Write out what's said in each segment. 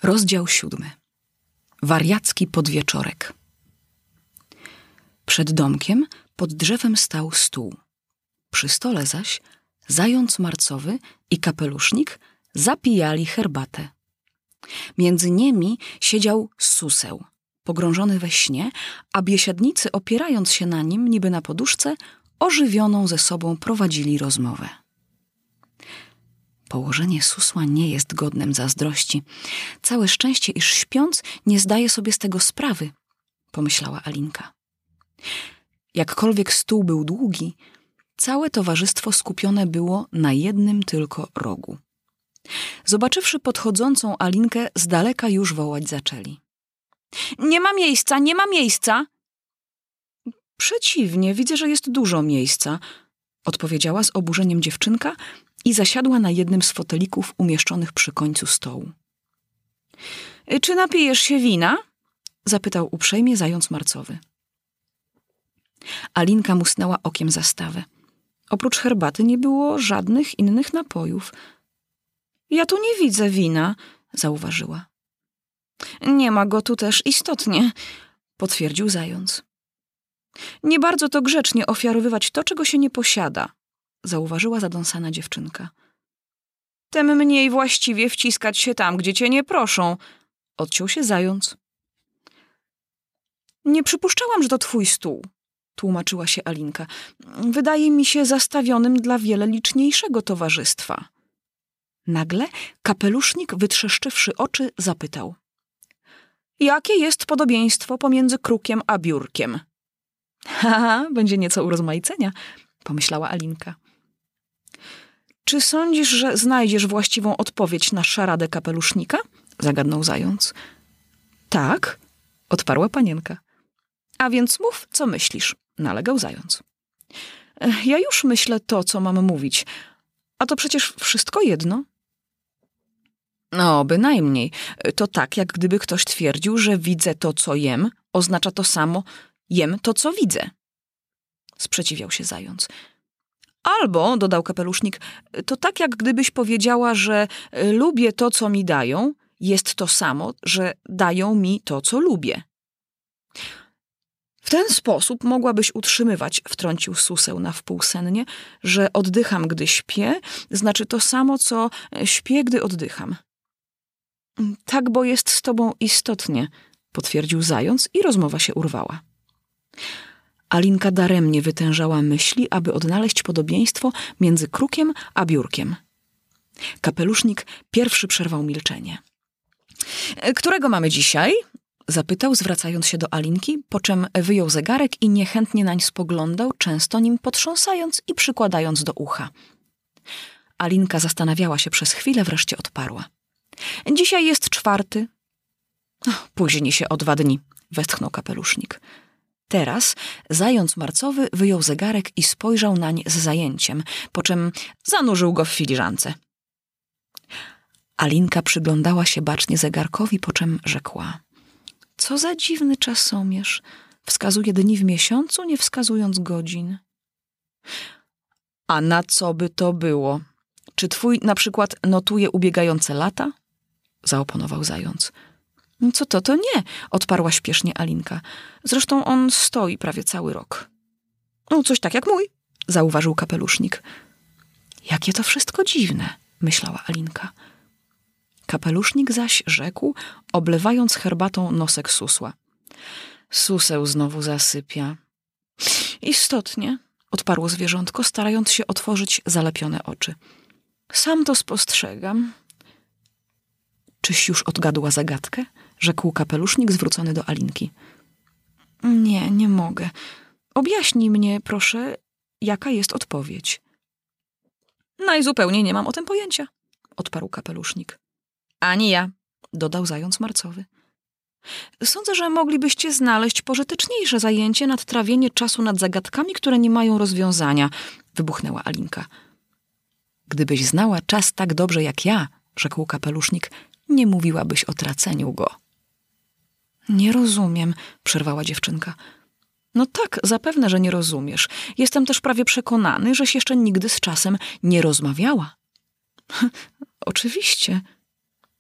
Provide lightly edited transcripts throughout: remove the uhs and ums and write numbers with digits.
Rozdział 7. Wariacki podwieczorek. Przed domkiem pod drzewem stał stół. Przy stole zaś zając marcowy i kapelusznik zapijali herbatę. Między nimi siedział suseł, pogrążony we śnie, a biesiadnicy, opierając się na nim, niby na poduszce, ożywioną ze sobą prowadzili rozmowę. Położenie susła nie jest godnem zazdrości. Całe szczęście, iż śpiąc nie zdaje sobie z tego sprawy, pomyślała Alinka. Jakkolwiek stół był długi, całe towarzystwo skupione było na jednym tylko rogu. Zobaczywszy podchodzącą Alinkę, z daleka już wołać zaczęli. Nie ma miejsca, nie ma miejsca! Przeciwnie, widzę, że jest dużo miejsca, odpowiedziała z oburzeniem dziewczynka i zasiadła na jednym z fotelików umieszczonych przy końcu stołu. Czy napijesz się wina? Zapytał uprzejmie zając marcowy. Alinka musnęła okiem zastawę. Oprócz herbaty nie było żadnych innych napojów. Ja tu nie widzę wina, zauważyła. Nie ma go tu też istotnie, potwierdził zając. Nie bardzo to grzecznie ofiarowywać to, czego się nie posiada, zauważyła zadąsana dziewczynka. Tem mniej właściwie wciskać się tam, gdzie cię nie proszą, odciął się zając. Nie przypuszczałam, że to twój stół, tłumaczyła się Alinka. Wydaje mi się zastawionym dla wiele liczniejszego towarzystwa. Nagle kapelusznik, wytrzeszczywszy oczy, zapytał. Jakie jest podobieństwo pomiędzy krukiem a biurkiem? Haha, będzie nieco urozmaicenia, pomyślała Alinka. Czy sądzisz, że znajdziesz właściwą odpowiedź na szaradę kapelusznika? Zagadnął zając. Tak, odparła panienka. A więc mów, co myślisz, nalegał zając. Ja już myślę to, co mam mówić, a to przecież wszystko jedno. No, bynajmniej. To tak, jak gdyby ktoś twierdził, że widzę to, co jem, oznacza to samo, jem to, co widzę. Sprzeciwiał się zając. Albo, dodał kapelusznik, to tak, jak gdybyś powiedziała, że lubię to, co mi dają, jest to samo, że dają mi to, co lubię. W ten sposób mogłabyś utrzymywać, wtrącił suseł na wpół sennie, że oddycham, gdy śpię, znaczy to samo, co śpię, gdy oddycham. Tak, bo jest z tobą istotnie, potwierdził zając i rozmowa się urwała. Alinka daremnie wytężała myśli, aby odnaleźć podobieństwo między krukiem a biurkiem. Kapelusznik pierwszy przerwał milczenie. Którego mamy dzisiaj? Zapytał, zwracając się do Alinki, po czym wyjął zegarek i niechętnie nań spoglądał, często nim potrząsając i przykładając do ucha. Alinka zastanawiała się przez chwilę, wreszcie odparła. Dzisiaj jest 4. Później się o 2 dni, westchnął kapelusznik. Teraz zając marcowy wyjął zegarek i spojrzał nań z zajęciem, po czym zanurzył go w filiżance. Alinka przyglądała się bacznie zegarkowi, po czym rzekła. Co za dziwny czasomierz. Wskazuje dni w miesiącu, nie wskazując godzin. A na co by to było? Czy twój na przykład notuje ubiegające lata? Zaoponował zając. Co to nie, odparła śpiesznie Alinka. Zresztą on stoi prawie cały rok. Coś tak jak mój, zauważył kapelusznik. Jakie to wszystko dziwne, myślała Alinka. Kapelusznik zaś rzekł, oblewając herbatą nosek susła. Suseł znowu zasypia. Istotnie, odparło zwierzątko, starając się otworzyć zalepione oczy. Sam to spostrzegam. Czyś już odgadła zagadkę? Rzekł kapelusznik zwrócony do Alinki. Nie mogę. Objaśnij mnie, proszę, jaka jest odpowiedź. Najzupełniej nie mam o tym pojęcia, odparł kapelusznik. Ani ja, dodał zając marcowy. Sądzę, że moglibyście znaleźć pożyteczniejsze zajęcie nad trawienie czasu nad zagadkami, które nie mają rozwiązania, wybuchnęła Alinka. Gdybyś znała czas tak dobrze jak ja, rzekł kapelusznik, nie mówiłabyś o traceniu go. Nie rozumiem, przerwała dziewczynka. No tak, zapewne, że nie rozumiesz. Jestem też prawie przekonany, żeś jeszcze nigdy z czasem nie rozmawiała. Oczywiście.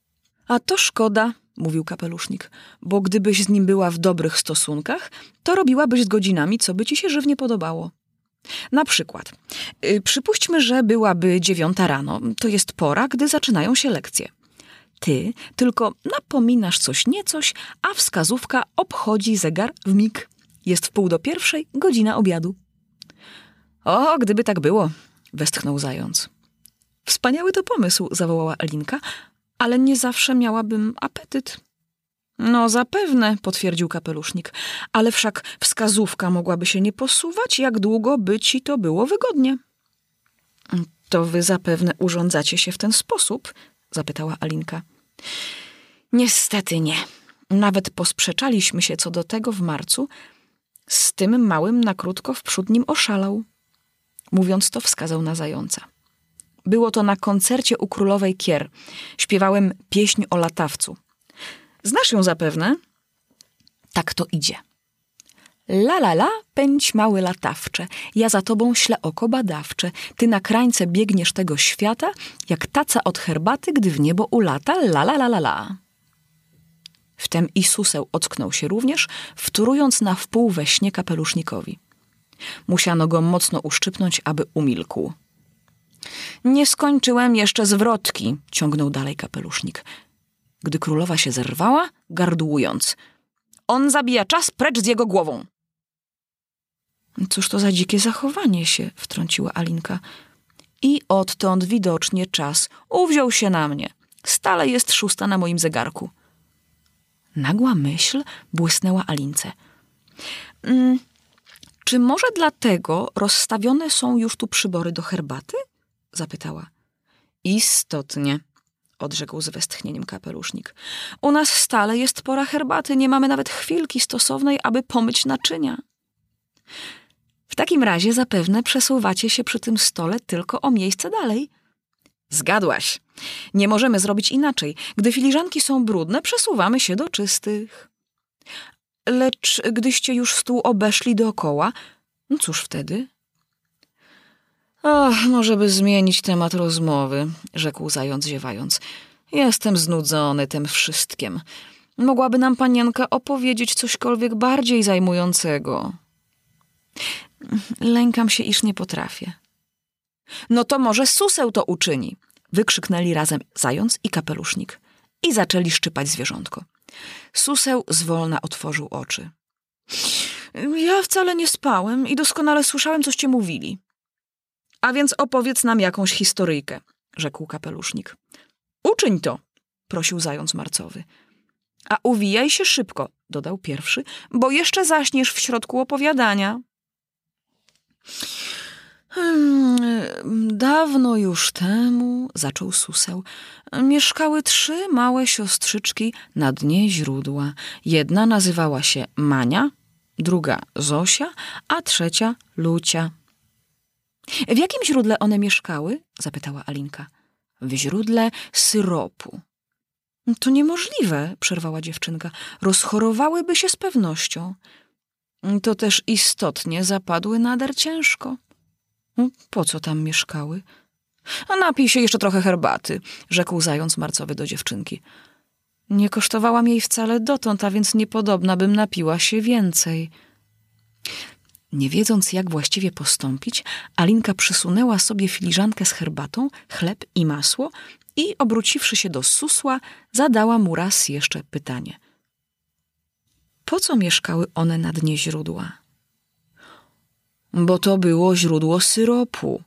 A to szkoda, mówił kapelusznik, bo gdybyś z nim była w dobrych stosunkach, to robiłabyś z godzinami, co by ci się żywnie podobało. Na przykład, przypuśćmy, że byłaby 9 rano, to jest pora, gdy zaczynają się lekcje. Ty tylko napominasz coś niecoś, a wskazówka obchodzi zegar w mig. Jest 12:45, godzina obiadu. O, gdyby tak było, westchnął zając. Wspaniały to pomysł, zawołała Alinka, ale nie zawsze miałabym apetyt. No zapewne, potwierdził kapelusznik, ale wszak wskazówka mogłaby się nie posuwać, jak długo by ci to było wygodnie. To wy zapewne urządzacie się w ten sposób? Zapytała Alinka. Niestety nie. Nawet posprzeczaliśmy się co do tego w marcu. Z tym małym na krótko wprzód nim oszalał. Mówiąc to, wskazał na zająca. Było to na koncercie u królowej Kier. Śpiewałem pieśń o latawcu. Znasz ją zapewne? Tak to idzie. La la la, pędź mały latawcze, ja za tobą ślę oko badawcze. Ty na krańce biegniesz tego świata, jak taca od herbaty, gdy w niebo ulata, la la la la la. Wtem i suseł ocknął się również, wtórując na wpół we śnie kapelusznikowi. Musiano go mocno uszczypnąć, aby umilkł. Nie skończyłem jeszcze zwrotki, ciągnął dalej kapelusznik. Gdy królowa się zerwała, gardłując. On zabija czas, precz z jego głową. Cóż to za dzikie zachowanie się, wtrąciła Alinka. I odtąd widocznie czas uwziął się na mnie. Stale jest 6 na moim zegarku. Nagła myśl błysnęła Alince. Czy może dlatego rozstawione są już tu przybory do herbaty? Zapytała. Istotnie, odrzekł z westchnieniem kapelusznik. U nas stale jest pora herbaty, nie mamy nawet chwilki stosownej, aby pomyć naczynia. W takim razie zapewne przesuwacie się przy tym stole tylko o miejsce dalej. Zgadłaś. Nie możemy zrobić inaczej. Gdy filiżanki są brudne, przesuwamy się do czystych. Lecz gdyście już stół obeszli dookoła, no cóż wtedy? Ach, może by zmienić temat rozmowy, rzekł zając ziewając. Jestem znudzony tym wszystkim. Mogłaby nam panienka opowiedzieć cośkolwiek bardziej zajmującego. Lękam się, iż nie potrafię. No to może suseł to uczyni, wykrzyknęli razem zając i kapelusznik i zaczęli szczypać zwierzątko. Suseł zwolna otworzył oczy. Ja wcale nie spałem i doskonale słyszałem, coście mówili. A więc opowiedz nam jakąś historyjkę, rzekł kapelusznik. Uczyń to, prosił zając marcowy. A uwijaj się szybko, dodał pierwszy, bo jeszcze zaśniesz w środku opowiadania. Dawno już temu, zaczął suseł, mieszkały 3 małe siostrzyczki na dnie źródła. Jedna nazywała się Mania, druga Zosia, a trzecia Lucia. W jakim źródle one mieszkały? Zapytała Alinka. W źródle syropu. To niemożliwe, przerwała dziewczynka. Rozchorowałyby się z pewnością. To też istotnie zapadły nader ciężko. Po co tam mieszkały? Napij się jeszcze trochę herbaty, rzekł zając marcowy do dziewczynki. Nie kosztowałam jej wcale dotąd, a więc niepodobna bym napiła się więcej. Nie wiedząc, jak właściwie postąpić, Alinka przysunęła sobie filiżankę z herbatą, chleb i masło i, obróciwszy się do susła, zadała mu raz jeszcze pytanie. Po co mieszkały one na dnie źródła? Bo to było źródło syropu.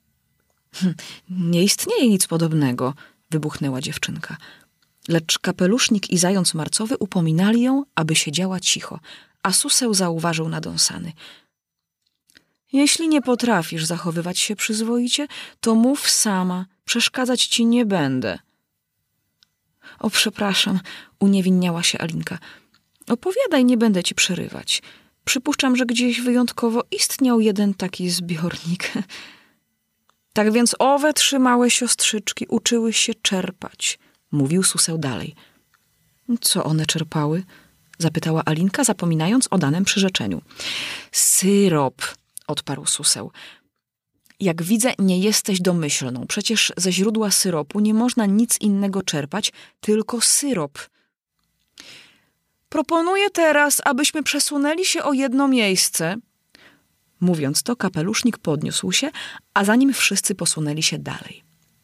Nie istnieje nic podobnego, wybuchnęła dziewczynka. Lecz kapelusznik i zając marcowy upominali ją, aby siedziała cicho, a suseł zauważył nadąsany. Jeśli nie potrafisz zachowywać się przyzwoicie, to mów sama, przeszkadzać ci nie będę. O, przepraszam, uniewinniała się Alinka. Opowiadaj, nie będę ci przerywać. Przypuszczam, że gdzieś wyjątkowo istniał jeden taki zbiornik. Tak więc owe 3 małe siostrzyczki uczyły się czerpać, mówił suseł dalej. Co one czerpały? Zapytała Alinka, zapominając o danym przyrzeczeniu. Syrop, odparł suseł. Jak widzę, nie jesteś domyślną. Przecież ze źródła syropu nie można nic innego czerpać, tylko syrop. Proponuję teraz, abyśmy przesunęli się o jedno miejsce. Mówiąc to, kapelusznik podniósł się, a za nim wszyscy posunęli się dalej.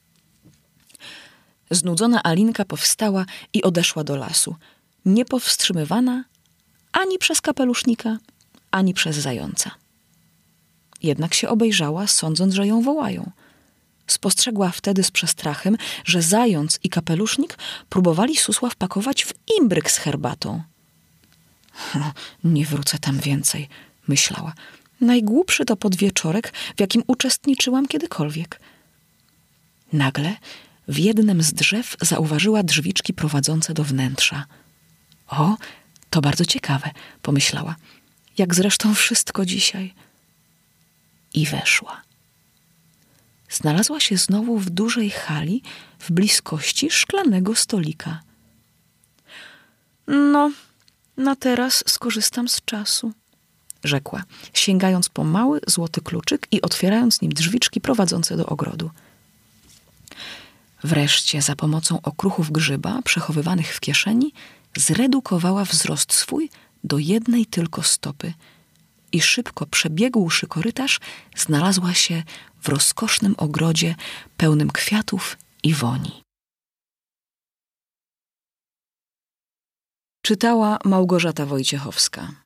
Znudzona Alinka powstała i odeszła do lasu, niepowstrzymywana ani przez kapelusznika, ani przez zająca. Jednak się obejrzała, sądząc, że ją wołają. Spostrzegła wtedy z przestrachem, że zając i kapelusznik próbowali susła wpakować w imbryk z herbatą. Nie wrócę tam więcej, myślała. Najgłupszy to podwieczorek, w jakim uczestniczyłam kiedykolwiek. Nagle w jednym z drzew zauważyła drzwiczki prowadzące do wnętrza. O, to bardzo ciekawe, pomyślała. Jak zresztą wszystko dzisiaj. I weszła. Znalazła się znowu w dużej hali w bliskości szklanego stolika. No, na teraz skorzystam z czasu, rzekła, sięgając po mały złoty kluczyk i otwierając nim drzwiczki prowadzące do ogrodu. Wreszcie za pomocą okruchów grzyba przechowywanych w kieszeni zredukowała wzrost swój do jednej tylko stopy i szybko przebiegłszy korytarz znalazła się w rozkosznym ogrodzie pełnym kwiatów i woni. Czytała Małgorzata Wojciechowska.